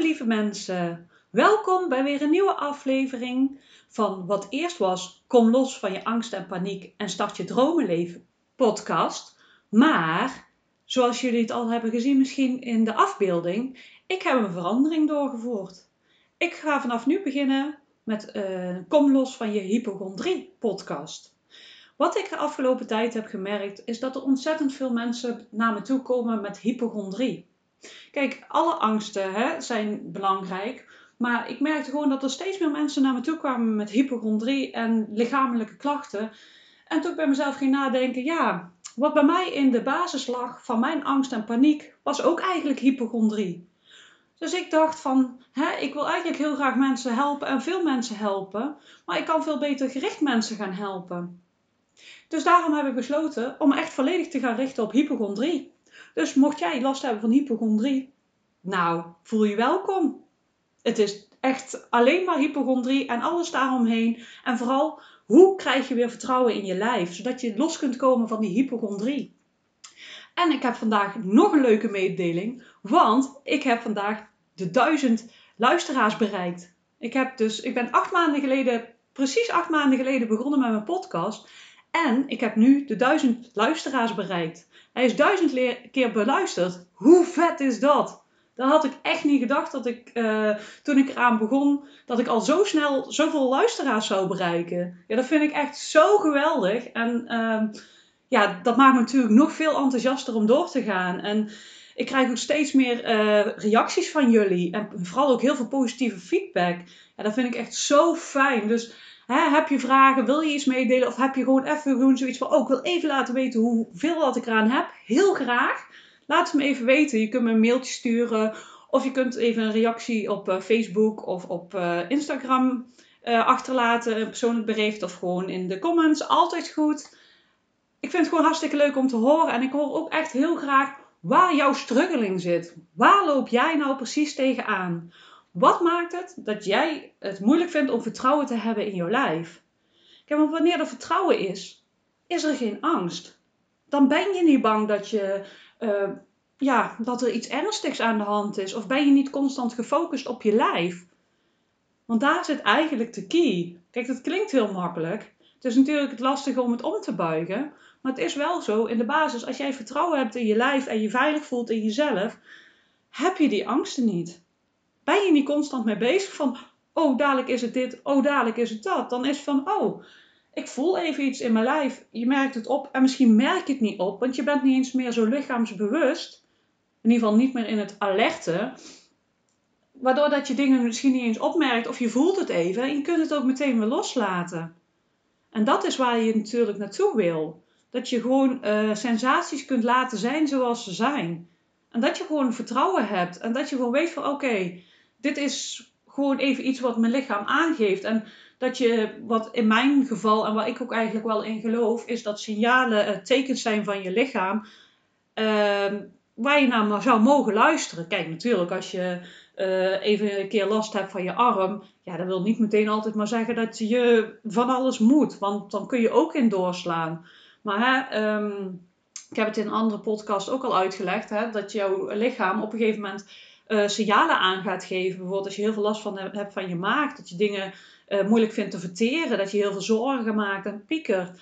lieve mensen, welkom bij weer een nieuwe aflevering van wat eerst was Kom los van je angst en paniek en start je dromenleven podcast. Maar, zoals jullie het al hebben gezien misschien in de afbeelding, ik heb een verandering doorgevoerd. Ik ga vanaf nu beginnen met Kom los van je hypochondrie podcast. Wat ik de afgelopen tijd heb gemerkt is dat er ontzettend veel mensen naar me toe komen met hypochondrie. Kijk, alle angsten zijn belangrijk. Maar ik merkte gewoon dat er steeds meer mensen naar me toe kwamen met hypochondrie en lichamelijke klachten. En toen ik bij mezelf ging nadenken, ja, wat bij mij in de basis lag van mijn angst en paniek, was ook eigenlijk hypochondrie. Dus ik dacht van, ik wil eigenlijk heel graag mensen helpen en veel mensen helpen. Maar ik kan veel beter gericht mensen gaan helpen. Dus daarom heb ik besloten om me echt volledig te gaan richten op hypochondrie. Dus mocht jij last hebben van hypochondrie, nou, voel je welkom. Het is echt alleen maar hypochondrie en alles daaromheen. En vooral, hoe krijg je weer vertrouwen in je lijf, zodat je los kunt komen van die hypochondrie. En ik heb vandaag nog een leuke mededeling, want ik heb vandaag de 1000 luisteraars bereikt. Ik ben precies 8 maanden geleden begonnen met mijn podcast. En ik heb nu de 1000 luisteraars bereikt. Hij is 1000 keer beluisterd. Hoe vet is dat? Dat had ik echt niet gedacht dat toen ik eraan begon, dat ik al zo snel zoveel luisteraars zou bereiken. Ja, dat vind ik echt zo geweldig. En dat maakt me natuurlijk nog veel enthousiaster om door te gaan. En ik krijg ook steeds meer reacties van jullie. En vooral ook heel veel positieve feedback. Ja, dat vind ik echt zo fijn. Dus heb je vragen, wil je iets meedelen? Of heb je gewoon even zoiets van, ik wil even laten weten hoeveel wat ik eraan heb. Heel graag. Laat het me even weten. Je kunt me een mailtje sturen. Of je kunt even een reactie op Facebook of op Instagram achterlaten. Een persoonlijk bericht of gewoon in de comments. Altijd goed. Ik vind het gewoon hartstikke leuk om te horen. En ik hoor ook echt heel graag waar jouw struggeling zit. Waar loop jij nou precies tegenaan? Wat maakt het dat jij het moeilijk vindt om vertrouwen te hebben in jouw lijf? Kijk, want wanneer er vertrouwen is, is er geen angst. Dan ben je niet bang dat er iets ernstigs aan de hand is. Of ben je niet constant gefocust op je lijf. Want daar zit eigenlijk de key. Kijk, dat klinkt heel makkelijk. Het is natuurlijk het lastige om het om te buigen. Maar het is wel zo, in de basis, als jij vertrouwen hebt in je lijf en je veilig voelt in jezelf, heb je die angsten niet. Ben je niet constant mee bezig van, dadelijk is het dit, dadelijk is het dat. Dan is het van, ik voel even iets in mijn lijf. Je merkt het op en misschien merk je het niet op, want je bent niet eens meer zo lichaamsbewust. In ieder geval niet meer in het alerte. Waardoor dat je dingen misschien niet eens opmerkt of je voelt het even en je kunt het ook meteen weer loslaten. En dat is waar je natuurlijk naartoe wil. Dat je gewoon sensaties kunt laten zijn zoals ze zijn. En dat je gewoon vertrouwen hebt. En dat je gewoon weet van dit is gewoon even iets wat mijn lichaam aangeeft. En dat je, wat in mijn geval en waar ik ook eigenlijk wel in geloof, is dat signalen tekens zijn van je lichaam. Waar je naar zou mogen luisteren. Kijk, natuurlijk als je even een keer last hebt van je arm. Ja, dat wil niet meteen altijd maar zeggen dat je van alles moet. Want dan kun je ook in doorslaan. Maar ik heb het in een andere podcast ook al uitgelegd. Dat jouw lichaam op een gegeven moment signalen aan gaat geven. Bijvoorbeeld als je heel veel last hebt van je maag. Dat je dingen moeilijk vindt te verteren. Dat je heel veel zorgen maakt en piekert.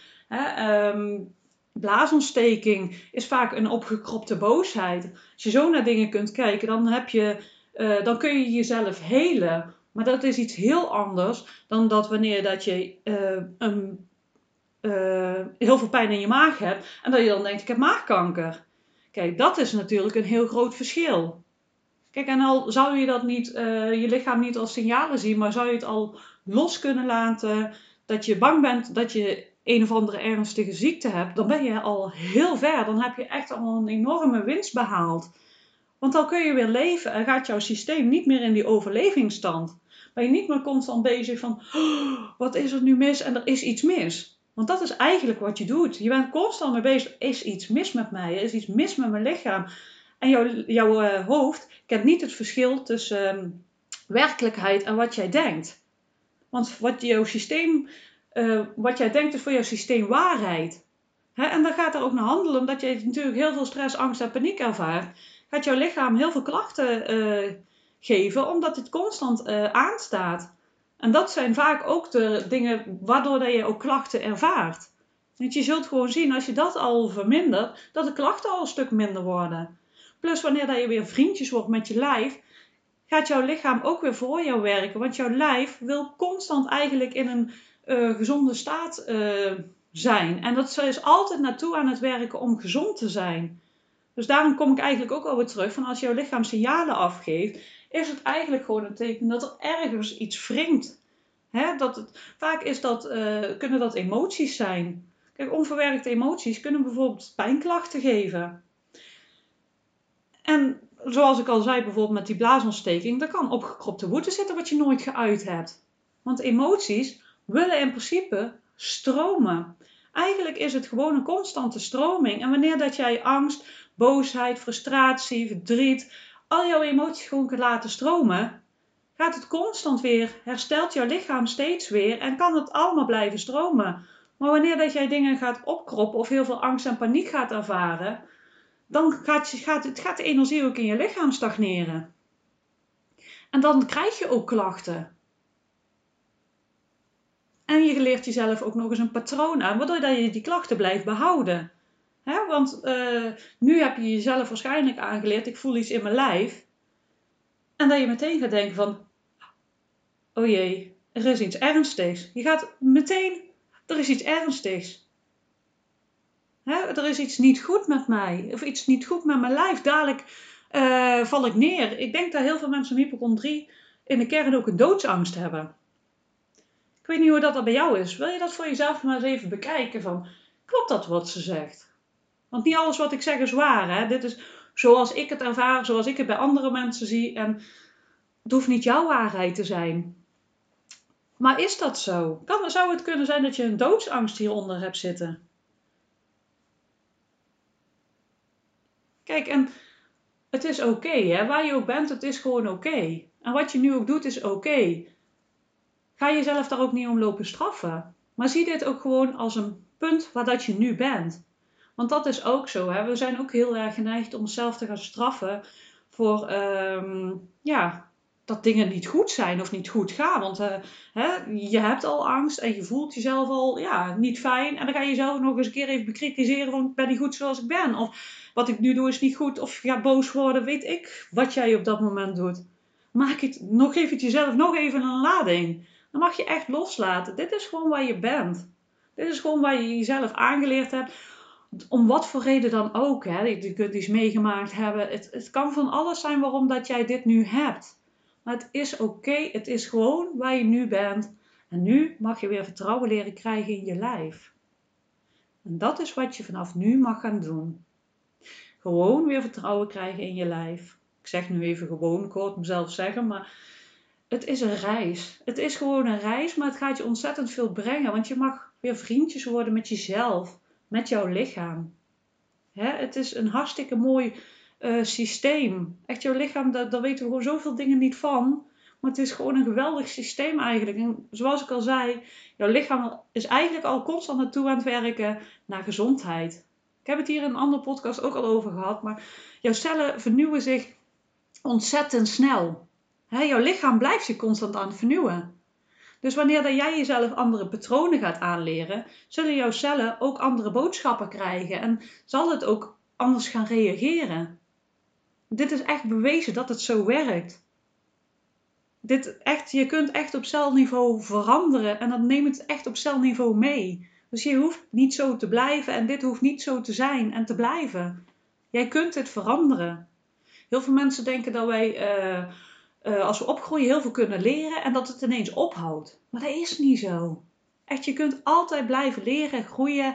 Blaasontsteking is vaak een opgekropte boosheid. Als je zo naar dingen kunt kijken, dan kun je jezelf helen. Maar dat is iets heel anders dan dat wanneer dat je heel veel pijn in je maag hebt en dat je dan denkt, ik heb maagkanker. Kijk, dat is natuurlijk een heel groot verschil. Kijk, en al zou je dat niet, je lichaam niet als signalen zien, maar zou je het al los kunnen laten dat je bang bent dat je een of andere ernstige ziekte hebt, dan ben je al heel ver. Dan heb je echt al een enorme winst behaald. Want dan kun je weer leven en gaat jouw systeem niet meer in die overlevingsstand. Ben je niet meer constant bezig van, wat is er nu mis en er is iets mis. Want dat is eigenlijk wat je doet. Je bent constant mee bezig, is iets mis met mij? Er is iets mis met mijn lichaam? En jouw hoofd kent niet het verschil tussen werkelijkheid en wat jij denkt. Want wat jij denkt is voor jouw systeem waarheid. En dan gaat er ook naar handelen, omdat je natuurlijk heel veel stress, angst en paniek ervaart. Gaat jouw lichaam heel veel klachten geven, omdat het constant aanstaat. En dat zijn vaak ook de dingen waardoor dat je ook klachten ervaart. Want je zult gewoon zien, als je dat al vermindert, dat de klachten al een stuk minder worden. Plus wanneer dat je weer vriendjes wordt met je lijf, gaat jouw lichaam ook weer voor jou werken. Want jouw lijf wil constant eigenlijk in een gezonde staat zijn. En dat is altijd naartoe aan het werken om gezond te zijn. Dus daarom kom ik eigenlijk ook alweer terug van als jouw lichaam signalen afgeeft, is het eigenlijk gewoon een teken dat er ergens iets wringt. Vaak kunnen dat emoties zijn. Kijk, onverwerkte emoties kunnen bijvoorbeeld pijnklachten geven. En zoals ik al zei, bijvoorbeeld met die blaasontsteking, daar kan opgekropte woede zitten wat je nooit geuit hebt. Want emoties willen in principe stromen. Eigenlijk is het gewoon een constante stroming. En wanneer dat jij angst, boosheid, frustratie, verdriet, al jouw emoties gewoon kunt laten stromen, gaat het constant weer, herstelt jouw lichaam steeds weer en kan het allemaal blijven stromen. Maar wanneer dat jij dingen gaat opkroppen of heel veel angst en paniek gaat ervaren, dan gaat de energie ook in je lichaam stagneren. En dan krijg je ook klachten. En je leert jezelf ook nog eens een patroon aan, waardoor je die klachten blijft behouden. Want nu heb je jezelf waarschijnlijk aangeleerd, ik voel iets in mijn lijf. En dat je meteen gaat denken van, oh jee, er is iets ernstigs. Je gaat meteen, er is iets ernstigs. Er is iets niet goed met mij. Of iets niet goed met mijn lijf. Dadelijk val ik neer. Ik denk dat heel veel mensen met hypochondrie in de kern ook een doodsangst hebben. Ik weet niet hoe dat bij jou is. Wil je dat voor jezelf maar eens even bekijken? Van, klopt dat wat ze zegt? Want niet alles wat ik zeg is waar. Hè? Dit is zoals ik het ervaar. Zoals ik het bij andere mensen zie. En het hoeft niet jouw waarheid te zijn. Maar is dat zo? Zou het kunnen zijn dat je een doodsangst hieronder hebt zitten? Kijk, en het is oké, waar je ook bent, het is gewoon oké. En wat je nu ook doet, is oké. Ga jezelf daar ook niet om lopen straffen. Maar zie dit ook gewoon als een punt waar dat je nu bent. Want dat is ook zo, hè. We zijn ook heel erg geneigd om onszelf te gaan straffen voor, dat dingen niet goed zijn of niet goed gaan. Want je hebt al angst en je voelt jezelf al niet fijn. En dan ga je jezelf nog eens een keer even bekritiseren van ik ben niet goed zoals ik ben. Of wat ik nu doe is niet goed. Of je gaat boos worden, weet ik wat jij op dat moment doet. Geef het jezelf nog even een lading. Dan mag je echt loslaten. Dit is gewoon waar je bent. Dit is gewoon waar je jezelf aangeleerd hebt. Om wat voor reden dan ook. Je kunt iets meegemaakt hebben. Het kan van alles zijn waarom dat jij dit nu hebt. Maar het is oké. Het is gewoon waar je nu bent. En nu mag je weer vertrouwen leren krijgen in je lijf. En dat is wat je vanaf nu mag gaan doen. Gewoon weer vertrouwen krijgen in je lijf. Ik zeg nu even gewoon. Ik hoor het mezelf zeggen. Maar het is een reis. Het is gewoon een reis. Maar het gaat je ontzettend veel brengen. Want je mag weer vriendjes worden met jezelf. Met jouw lichaam. Het is een hartstikke mooi systeem. Echt, jouw lichaam, daar weten we gewoon zoveel dingen niet van. Maar het is gewoon een geweldig systeem eigenlijk. En zoals ik al zei, jouw lichaam is eigenlijk al constant naartoe aan het werken naar gezondheid. Ik heb het hier in een andere podcast ook al over gehad. Maar jouw cellen vernieuwen zich ontzettend snel. Jouw lichaam blijft zich constant aan het vernieuwen. Dus wanneer dat jij jezelf andere patronen gaat aanleren, zullen jouw cellen ook andere boodschappen krijgen en zal het ook anders gaan reageren. Dit is echt bewezen dat het zo werkt. Je kunt echt op celniveau veranderen en dat neemt het echt op celniveau mee. Dus je hoeft niet zo te blijven en dit hoeft niet zo te zijn en te blijven. Jij kunt het veranderen. Heel veel mensen denken dat wij als we opgroeien heel veel kunnen leren en dat het ineens ophoudt. Maar dat is niet zo. Echt, je kunt altijd blijven leren, groeien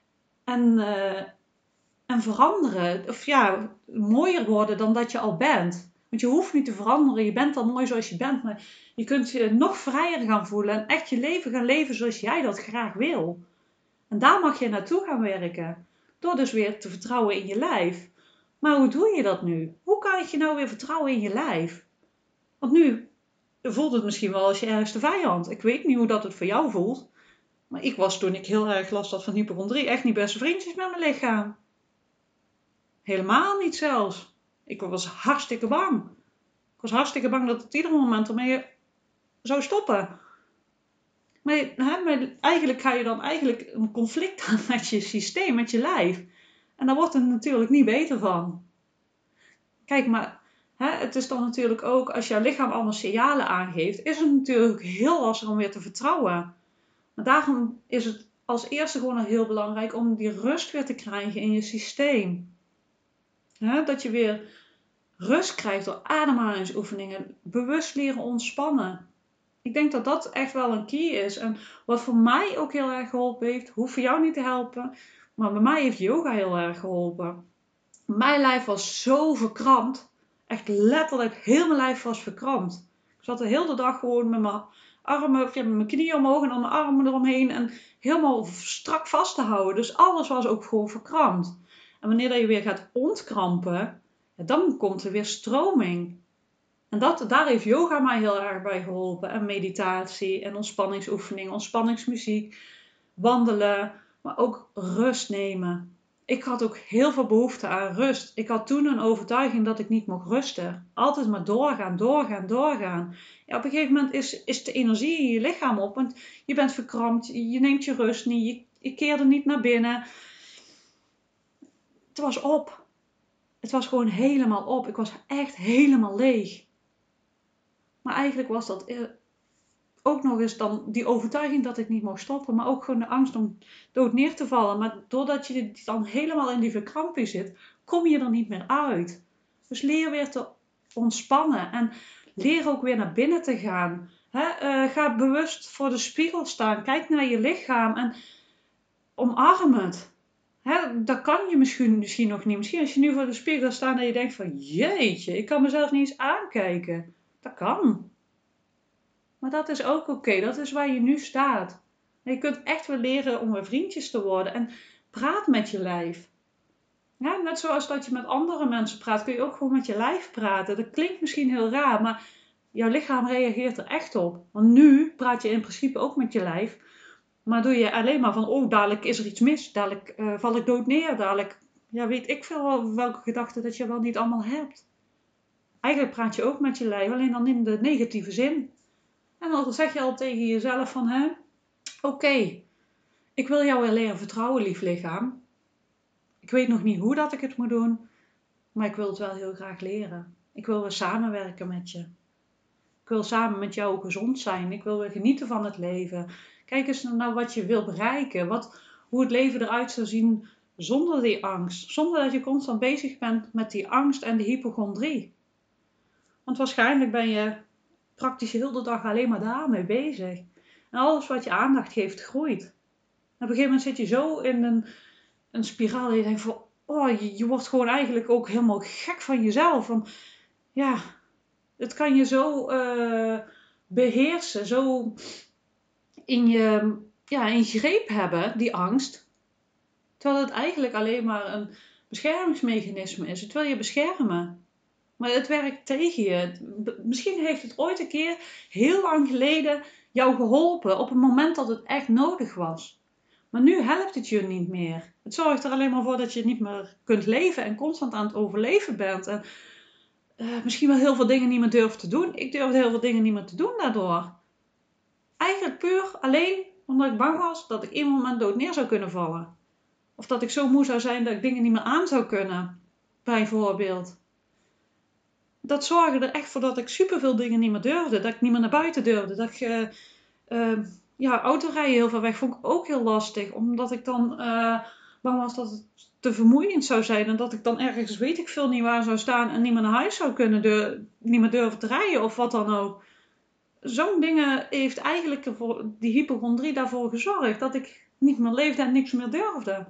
en veranderen. Of mooier worden dan dat je al bent. Want je hoeft niet te veranderen, je bent al mooi zoals je bent. Maar je kunt je nog vrijer gaan voelen en echt je leven gaan leven zoals jij dat graag wil. En daar mag je naartoe gaan werken. Door dus weer te vertrouwen in je lijf. Maar hoe doe je dat nu? Hoe kan je nou weer vertrouwen in je lijf? Want nu voelt het misschien wel als je ergste vijand. Ik weet niet hoe dat het voor jou voelt. Maar ik was toen ik heel erg last had van hypochondrie echt niet beste vriendjes met mijn lichaam. Helemaal niet zelfs. Ik was hartstikke bang. Ik was hartstikke bang dat het ieder moment ermee zou stoppen. Maar eigenlijk ga je dan een conflict aan met je systeem, met je lijf. En daar wordt het natuurlijk niet beter van. Kijk, maar het is dan natuurlijk ook, als jouw lichaam allemaal signalen aangeeft, is het natuurlijk heel lastig om weer te vertrouwen. Maar daarom is het als eerste gewoon heel belangrijk om die rust weer te krijgen in je systeem. Dat je weer rust krijgt door ademhalingsoefeningen, bewust leren ontspannen. Ik denk dat dat echt wel een key is. En wat voor mij ook heel erg geholpen heeft, hoeft voor jou niet te helpen, maar bij mij heeft yoga heel erg geholpen. Mijn lijf was zo verkrampt. Echt letterlijk, heel mijn lijf was verkrampt. Ik zat de hele dag gewoon met mijn armen, met mijn knieën omhoog en dan mijn armen eromheen. En helemaal strak vast te houden. Dus alles was ook gewoon verkrampt. En wanneer dat je weer gaat ontkrampen, dan komt er weer stroming. En daar heeft yoga mij heel erg bij geholpen. En meditatie en ontspanningsoefeningen, ontspanningsmuziek, wandelen, maar ook rust nemen. Ik had ook heel veel behoefte aan rust. Ik had toen een overtuiging dat ik niet mocht rusten. Altijd maar doorgaan. Ja, op een gegeven moment is de energie in je lichaam op. Want je bent verkrampt, je neemt je rust niet, je keerde niet naar binnen. Het was op. Het was gewoon helemaal op. Ik was echt helemaal leeg. Maar eigenlijk was dat ook nog eens dan die overtuiging dat ik niet mocht stoppen. Maar ook gewoon de angst om dood neer te vallen. Maar doordat je dan helemaal in die verkramping zit, kom je er niet meer uit. Dus leer weer te ontspannen. En leer ook weer naar binnen te gaan. Ga bewust voor de spiegel staan. Kijk naar je lichaam en omarm het. Dat kan je misschien nog niet. Misschien als je nu voor de spiegel staat en je denkt van jeetje, ik kan mezelf niet eens aankijken. Dat kan. Maar dat is ook oké. Dat is waar je nu staat. En je kunt echt weer leren om weer vriendjes te worden. En praat met je lijf. Ja, net zoals dat je met andere mensen praat, kun je ook gewoon met je lijf praten. Dat klinkt misschien heel raar, maar jouw lichaam reageert er echt op. Want nu praat je in principe ook met je lijf. Maar doe je alleen maar van, oh, dadelijk is er iets mis. Dadelijk val ik dood neer. Dadelijk, ja, weet ik veel welke gedachten dat je wel niet allemaal hebt. Eigenlijk praat je ook met je lijf, alleen dan in de negatieve zin. En dan zeg je al tegen jezelf van, oké, ik wil jou weer leren vertrouwen, lief lichaam. Ik weet nog niet hoe dat ik het moet doen, maar ik wil het wel heel graag leren. Ik wil weer samenwerken met je. Ik wil samen met jou gezond zijn. Ik wil weer genieten van het leven. Kijk eens naar wat je wil bereiken. Hoe het leven eruit zou zien zonder die angst. Zonder dat je constant bezig bent met die angst en de hypochondrie. Want waarschijnlijk ben je praktisch heel de dag alleen maar daarmee bezig. En alles wat je aandacht geeft, groeit. En op een gegeven moment zit je zo in een spiraal dat je denkt van, oh, je wordt gewoon eigenlijk ook helemaal gek van jezelf. Van, ja, het kan je zo beheersen, zo in je greep hebben, die angst. Terwijl het eigenlijk alleen maar een beschermingsmechanisme is. Het wil je beschermen. Maar het werkt tegen je. Misschien heeft het ooit een keer, heel lang geleden, jou geholpen op het moment dat het echt nodig was. Maar nu helpt het je niet meer. Het zorgt er alleen maar voor dat je niet meer kunt leven en constant aan het overleven bent. En misschien wel heel veel dingen niet meer durft te doen. Ik durfde heel veel dingen niet meer te doen daardoor. Eigenlijk puur alleen omdat ik bang was dat ik in een moment dood neer zou kunnen vallen. Of dat ik zo moe zou zijn dat ik dingen niet meer aan zou kunnen. Bijvoorbeeld. Dat zorgde er echt voor dat ik superveel dingen niet meer durfde. Dat ik niet meer naar buiten durfde. Dat ik autorijden heel ver weg vond ik ook heel lastig. Omdat ik dan bang was dat het te vermoeiend zou zijn. En dat ik dan ergens weet ik veel niet waar zou staan. En niet meer naar huis zou kunnen. Niet meer durven te rijden of wat dan ook. Zo'n dingen heeft eigenlijk die hypochondrie daarvoor gezorgd. Dat ik niet meer leefde en niks meer durfde.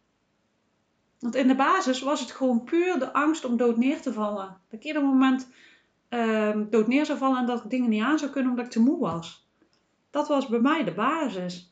Want in de basis was het gewoon puur de angst om dood neer te vallen. Dat ik ieder moment dood neer zou vallen en dat ik dingen niet aan zou kunnen omdat ik te moe was. Dat was bij mij de basis.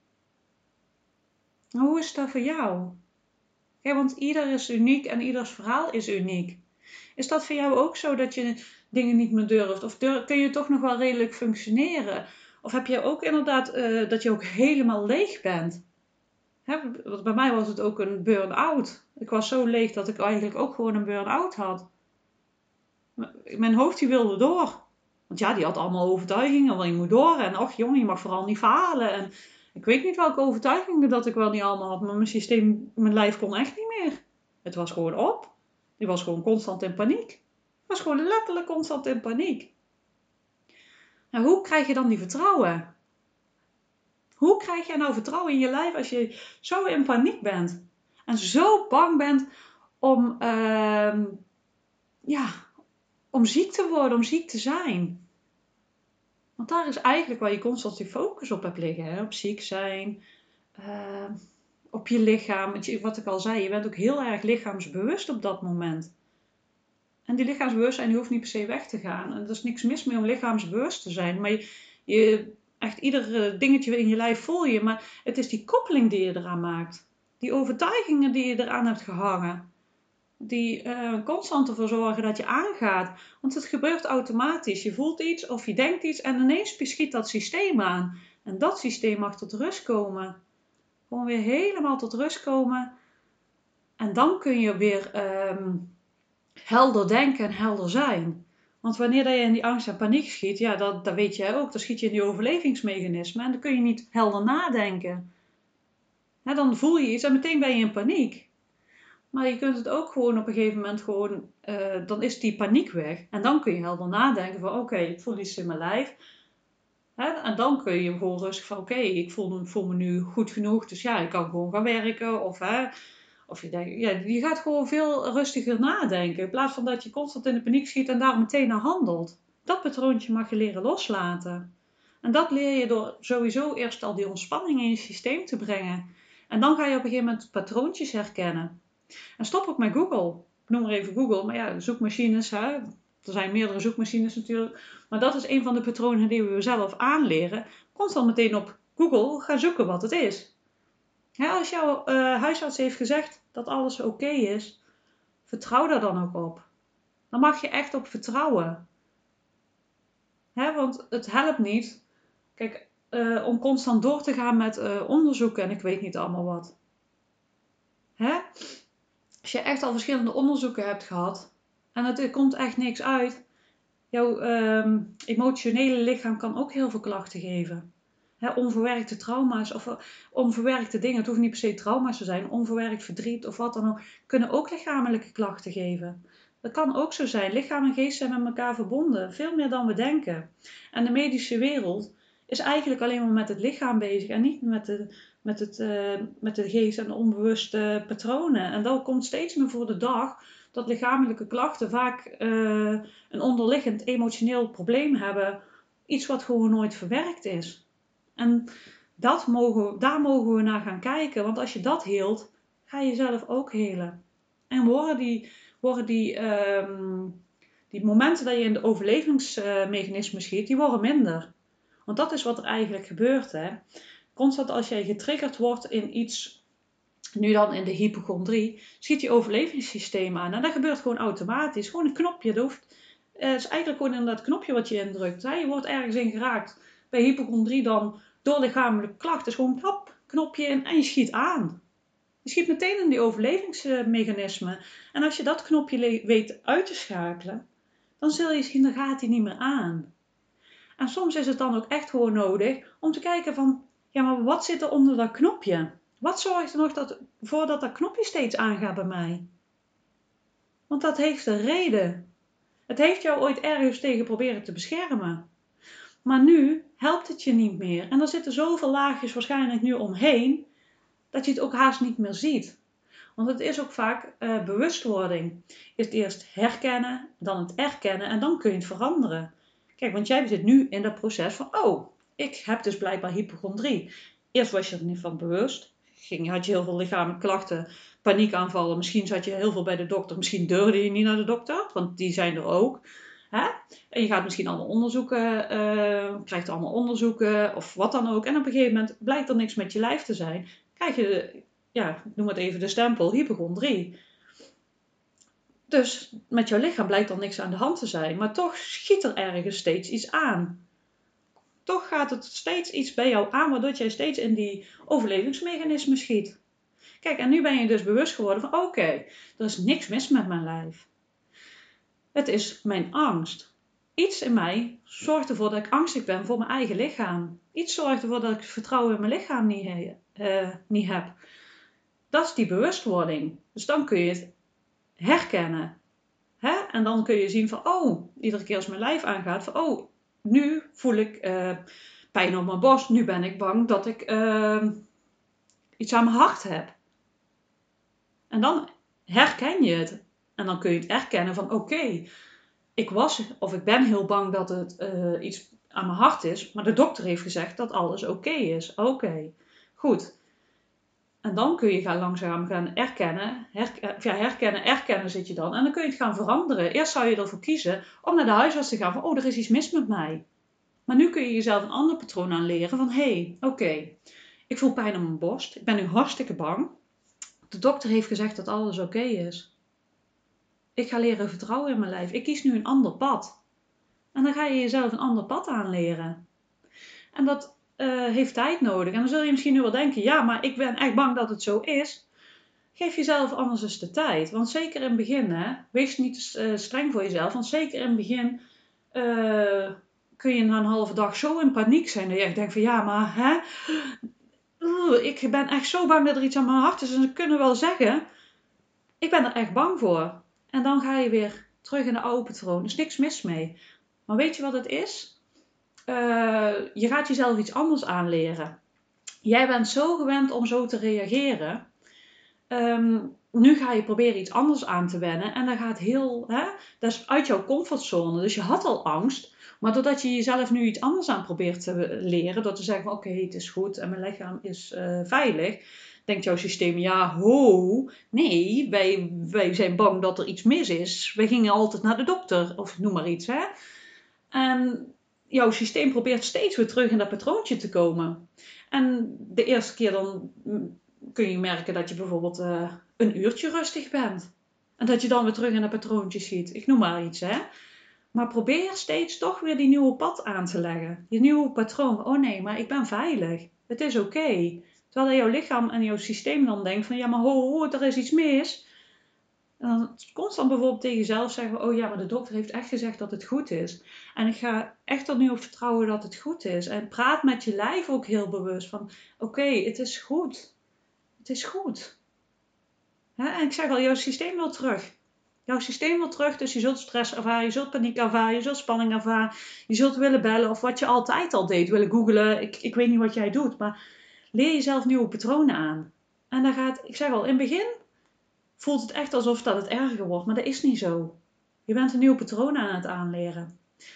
Maar hoe is dat voor jou? Ja, want ieder is uniek en ieders verhaal is uniek. Is dat voor jou ook zo dat je dingen niet meer durft? Of kun je toch nog wel redelijk functioneren? Of heb je ook inderdaad dat je ook helemaal leeg bent? Want bij mij was het ook een burn-out. Ik was zo leeg dat ik eigenlijk ook gewoon een burn-out had. Mijn hoofd die wilde door. Want ja, die had allemaal overtuigingen. Want je moet door. En och jongen, je mag vooral niet falen. En ik weet niet welke overtuigingen dat ik wel niet allemaal had. Maar mijn lijf kon echt niet meer. Het was gewoon op. Die was gewoon constant in paniek. Ik was gewoon letterlijk constant in paniek. Nou, hoe krijg je dan die vertrouwen? Hoe krijg je nou vertrouwen in je lijf als je zo in paniek bent? En zo bang bent om, om ziek te worden, om ziek te zijn. Want daar is eigenlijk waar je constant je focus op hebt liggen. Hè? Op ziek zijn, op je lichaam. Wat ik al zei, je bent ook heel erg lichaamsbewust op dat moment. En die lichaamsbewustzijn die hoeft niet per se weg te gaan. En er is niks mis mee om lichaamsbewust te zijn. Maar echt ieder dingetje in je lijf voel je. Maar het is die koppeling die je eraan maakt. Die overtuigingen die je eraan hebt gehangen. Die constant ervoor zorgen dat je aangaat. Want het gebeurt automatisch. Je voelt iets of je denkt iets en ineens schiet dat systeem aan. En dat systeem mag tot rust komen. Gewoon weer helemaal tot rust komen. En dan kun je weer helder denken en helder zijn. Want wanneer je in die angst en paniek schiet, ja, dat weet jij ook. Dan schiet je in die overlevingsmechanismen en dan kun je niet helder nadenken. Ja, dan voel je iets en meteen ben je in paniek. Maar je kunt het ook gewoon op een gegeven moment dan is die paniek weg. En dan kun je helder nadenken van oké, ik voel iets in mijn lijf. En dan kun je gewoon rustig van oké, ik voel me nu goed genoeg. Dus ja, ik kan gewoon gaan werken. Of je denkt, ja, je gaat gewoon veel rustiger nadenken. In plaats van dat je constant in de paniek schiet en daar meteen naar handelt. Dat patroontje mag je leren loslaten. En dat leer je door sowieso eerst al die ontspanning in je systeem te brengen. En dan ga je op een gegeven moment patroontjes herkennen. En stop ook met Google. Ik noem maar even Google, maar ja, zoekmachines, hè. Er zijn meerdere zoekmachines natuurlijk. Maar dat is een van de patronen die we zelf aanleren. Constant meteen op Google gaan zoeken wat het is. Ja, als jouw huisarts heeft gezegd dat alles oké is, vertrouw daar dan ook op. Dan mag je echt op vertrouwen. Want het helpt niet, kijk, om constant door te gaan met onderzoeken en ik weet niet allemaal wat. Als je echt al verschillende onderzoeken hebt gehad en er komt echt niks uit, jouw emotionele lichaam kan ook heel veel klachten geven. Onverwerkte trauma's of onverwerkte dingen, het hoeft niet per se trauma's te zijn, onverwerkt verdriet of wat dan ook, kunnen ook lichamelijke klachten geven. Dat kan ook zo zijn. Lichaam en geest zijn met elkaar verbonden, veel meer dan we denken. En de medische wereld is eigenlijk alleen maar met het lichaam bezig en niet met de geest en de onbewuste patronen. En dat komt steeds meer voor de dag dat lichamelijke klachten vaak een onderliggend emotioneel probleem hebben. Iets wat gewoon nooit verwerkt is. En daar mogen we naar gaan kijken. Want als je dat heelt, ga je zelf ook helen. En worden die momenten dat je in de overlevingsmechanismen schiet, die worden minder. Want dat is wat er eigenlijk gebeurt. Constant als jij getriggerd wordt in iets, nu dan in de hypochondrie, schiet je overlevingssysteem aan. En dat gebeurt gewoon automatisch. Gewoon een knopje. Het is eigenlijk gewoon in dat knopje wat je indrukt. Je wordt ergens in geraakt. Bij hypochondrie dan door lichamelijke klachten. is gewoon knopje in en je schiet aan. Je schiet meteen in die overlevingsmechanismen. En als je dat knopje weet uit te schakelen, dan zul je zien, dan gaat hij niet meer aan. En soms is het dan ook echt gewoon nodig om te kijken van, ja, maar wat zit er onder dat knopje? Wat zorgt er nog voor dat dat knopje steeds aangaat bij mij? Want dat heeft een reden. Het heeft jou ooit ergens tegen proberen te beschermen. Maar nu helpt het je niet meer. En er zitten zoveel laagjes waarschijnlijk nu omheen, dat je het ook haast niet meer ziet. Want het is ook vaak bewustwording. Eerst herkennen, dan het erkennen en dan kun je het veranderen. Kijk, want jij zit nu in dat proces van, ik heb dus blijkbaar hypochondrie. Eerst was je er niet van bewust. Had je heel veel lichamelijke klachten, paniekaanvallen. Misschien zat je heel veel bij de dokter. Misschien durfde je niet naar de dokter, want die zijn er ook. En je gaat misschien allemaal onderzoeken, krijgt allemaal onderzoeken of wat dan ook. En op een gegeven moment blijkt er niks met je lijf te zijn. Krijg je, ik noem het even de stempel, hypochondrie. Dus met jouw lichaam blijkt er niks aan de hand te zijn. Maar toch schiet er ergens steeds iets aan. Toch gaat het steeds iets bij jou aan, waardoor jij steeds in die overlevingsmechanismen schiet. Kijk, en nu ben je dus bewust geworden van, oké, er is niks mis met mijn lijf. Het is mijn angst. Iets in mij zorgt ervoor dat ik angstig ben voor mijn eigen lichaam. Iets zorgt ervoor dat ik vertrouwen in mijn lichaam niet heb. Dat is die bewustwording. Dus dan kun je het herkennen. Hè? En dan kun je zien van, iedere keer als mijn lijf aangaat, van, nu voel ik pijn op mijn borst. Nu ben ik bang dat ik iets aan mijn hart heb. En dan herken je het. En dan kun je het erkennen van, oké, ik ben heel bang dat het iets aan mijn hart is. Maar de dokter heeft gezegd dat alles oké is. Oké, goed. En dan kun je langzaam gaan erkennen. Erkennen zit je dan. En dan kun je het gaan veranderen. Eerst zou je ervoor kiezen om naar de huisarts te gaan van, er is iets mis met mij. Maar nu kun je jezelf een ander patroon aanleren van, oké, ik voel pijn op mijn borst. Ik ben nu hartstikke bang. De dokter heeft gezegd dat alles oké is. Ik ga leren vertrouwen in mijn lijf. Ik kies nu een ander pad. En dan ga je jezelf een ander pad aanleren. En dat heeft tijd nodig. En dan zul je misschien nu wel denken, ja, maar ik ben echt bang dat het zo is. Geef jezelf anders eens de tijd. Want zeker in het begin, wees niet streng voor jezelf. Want zeker in het begin kun je na een halve dag zo in paniek zijn. Dat je echt denkt van, ja, maar ik ben echt zo bang dat er iets aan mijn hart is. En ze kunnen wel zeggen, ik ben er echt bang voor. En dan ga je weer terug in de oude patroon. Er is niks mis mee. Maar weet je wat het is? Je gaat jezelf iets anders aanleren. Jij bent zo gewend om zo te reageren. Nu ga je proberen iets anders aan te wennen. En dat is uit jouw comfortzone. Dus je had al angst. Maar doordat je jezelf nu iets anders aan probeert te leren. Door te zeggen van, oké, het is goed en mijn lichaam is veilig. Denkt jouw systeem, nee, wij zijn bang dat er iets mis is. Wij gingen altijd naar de dokter. Of noem maar iets, hè. En jouw systeem probeert steeds weer terug in dat patroontje te komen. En de eerste keer dan kun je merken dat je bijvoorbeeld een uurtje rustig bent. En dat je dan weer terug in dat patroontje ziet. Ik noem maar iets, hè. Maar probeer steeds toch weer die nieuwe pad aan te leggen. Die nieuwe patroon. Oh nee, maar ik ben veilig. Het is oké. Terwijl jouw lichaam en jouw systeem dan denkt van, ja maar er is iets mis. En dan constant bijvoorbeeld tegen jezelf zeggen, oh ja, maar de dokter heeft echt gezegd dat het goed is. En ik ga echt er nu op vertrouwen dat het goed is. En praat met je lijf ook heel bewust van, oké, het is goed. Het is goed. En ik zeg al, jouw systeem wil terug. Jouw systeem wil terug, dus je zult stress ervaren, je zult paniek ervaren, je zult spanning ervaren. Je zult willen bellen of wat je altijd al deed, willen googlen. Ik weet niet wat jij doet, maar leer jezelf nieuwe patronen aan. En dan ik zeg al, in het begin voelt het echt alsof dat het erger wordt, maar dat is niet zo. Je bent een nieuw patroon aan het aanleren.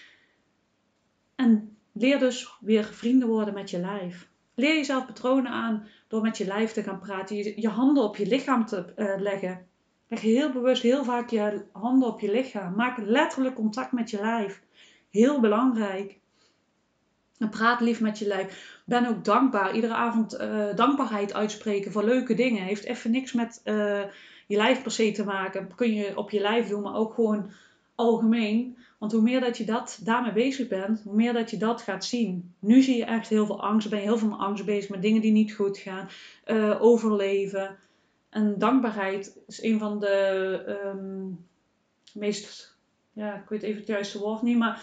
En leer dus weer vrienden worden met je lijf. Leer jezelf patronen aan door met je lijf te gaan praten. Je handen op je lichaam te leggen. Leg heel bewust heel vaak je handen op je lichaam. Maak letterlijk contact met je lijf. Heel belangrijk. En praat lief met je lijf. Ben ook dankbaar. Iedere avond dankbaarheid uitspreken voor leuke dingen. Heeft even niks met je lijf per se te maken. Kun je op je lijf doen, maar ook gewoon algemeen. Want hoe meer dat je daarmee bezig bent, hoe meer dat je dat gaat zien. Nu zie je echt heel veel angst. Ben je heel veel met angst bezig, met dingen die niet goed gaan. Overleven. En dankbaarheid is een van de meest... Ja, ik weet even het juiste woord niet, maar...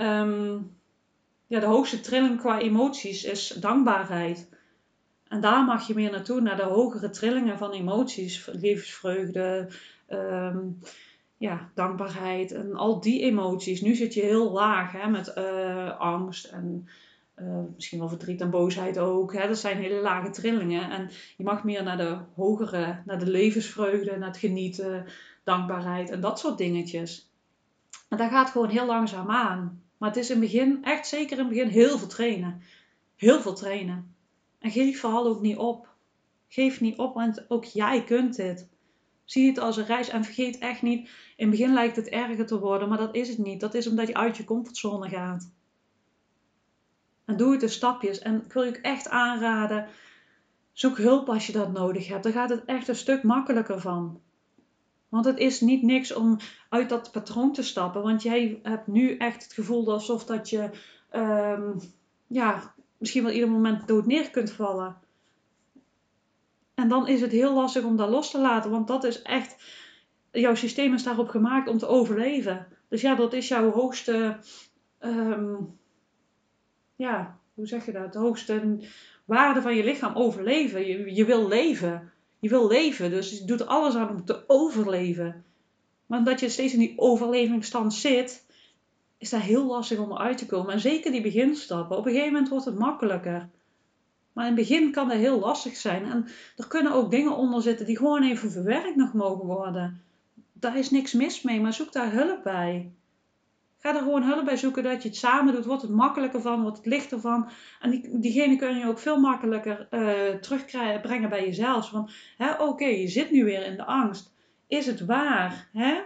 de hoogste trilling qua emoties is dankbaarheid. En daar mag je meer naartoe, naar de hogere trillingen van emoties. Levensvreugde, dankbaarheid en al die emoties. Nu zit je heel laag met angst en misschien wel verdriet en boosheid ook. Dat zijn hele lage trillingen. En je mag meer naar de hogere, naar de levensvreugde, naar het genieten, dankbaarheid en dat soort dingetjes. En dat gaat gewoon heel langzaam aan. Maar het is in het begin, echt zeker in het begin, heel veel trainen. Heel veel trainen. En geef vooral ook niet op. Geef niet op, want ook jij kunt dit. Zie het als een reis en vergeet echt niet, in het begin lijkt het erger te worden, maar dat is het niet. Dat is omdat je uit je comfortzone gaat. En doe het in stapjes. En ik wil je ook echt aanraden, zoek hulp als je dat nodig hebt. Dan gaat het echt een stuk makkelijker van. Want het is niet niks om uit dat patroon te stappen. Want jij hebt nu echt het gevoel alsof dat je misschien wel ieder moment dood neer kunt vallen. En dan is het heel lastig om dat los te laten. Want dat is echt Jouw systeem is daarop gemaakt om te overleven. Dus ja, dat is jouw hoogste, hoe zeg je dat? De hoogste waarde van je lichaam, overleven. Je wil leven. Je wil leven, dus je doet er alles aan om te overleven. Maar omdat je steeds in die overlevingsstand zit, is dat heel lastig om eruit te komen. En zeker die beginstappen. Op een gegeven moment wordt het makkelijker. Maar in het begin kan dat heel lastig zijn. En er kunnen ook dingen onder zitten die gewoon even verwerkt nog mogen worden. Daar is niks mis mee, maar zoek daar hulp bij. Ga er gewoon hulp bij zoeken dat je het samen doet. Wordt het makkelijker van, wordt het lichter van. En diegene kun je ook veel makkelijker terugbrengen bij jezelf. Van, oké, je zit nu weer in de angst. Is het waar?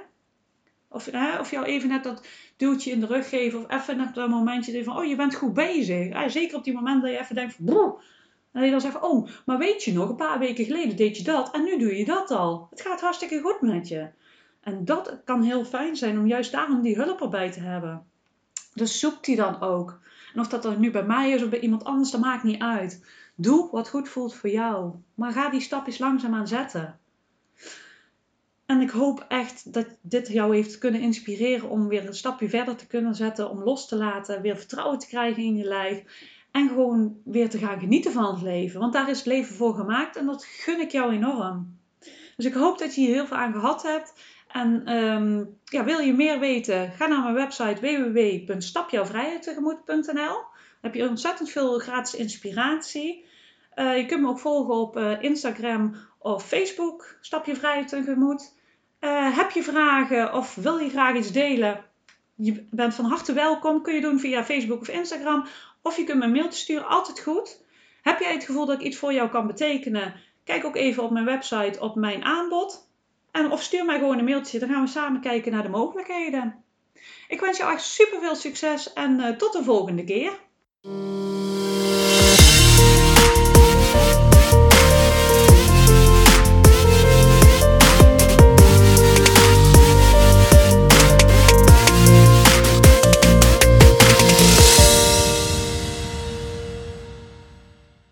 Of jou even net dat duwtje in de rug geven. Of even net dat momentje van, je bent goed bezig. Zeker op die moment dat je even denkt van, broer. En dat je dan zegt, maar weet je nog, een paar weken geleden deed je dat. En nu doe je dat al. Het gaat hartstikke goed met je. En dat kan heel fijn zijn om juist daarom die hulp erbij te hebben. Dus zoek die dan ook. En of dat er nu bij mij is of bij iemand anders, dat maakt niet uit. Doe wat goed voelt voor jou. Maar ga die stapjes langzaamaan zetten. En ik hoop echt dat dit jou heeft kunnen inspireren om weer een stapje verder te kunnen zetten. Om los te laten, weer vertrouwen te krijgen in je lijf. En gewoon weer te gaan genieten van het leven. Want daar is het leven voor gemaakt en dat gun ik jou enorm. Dus ik hoop dat je hier heel veel aan gehad hebt. En wil je meer weten? Ga naar mijn website www.stapjouwvrijheidtegemoet.nl. Daar heb je ontzettend veel gratis inspiratie. Je kunt me ook volgen op Instagram of Facebook, Stap Je Vrijheid Tegemoet. Heb je vragen of wil je graag iets delen? Je bent van harte welkom. Kun je doen via Facebook of Instagram. Of je kunt me een mailtje sturen, altijd goed. Heb jij het gevoel dat ik iets voor jou kan betekenen? Kijk ook even op mijn website op mijn aanbod. Of stuur mij gewoon een mailtje, dan gaan we samen kijken naar de mogelijkheden. Ik wens jou echt super veel succes en tot de volgende keer.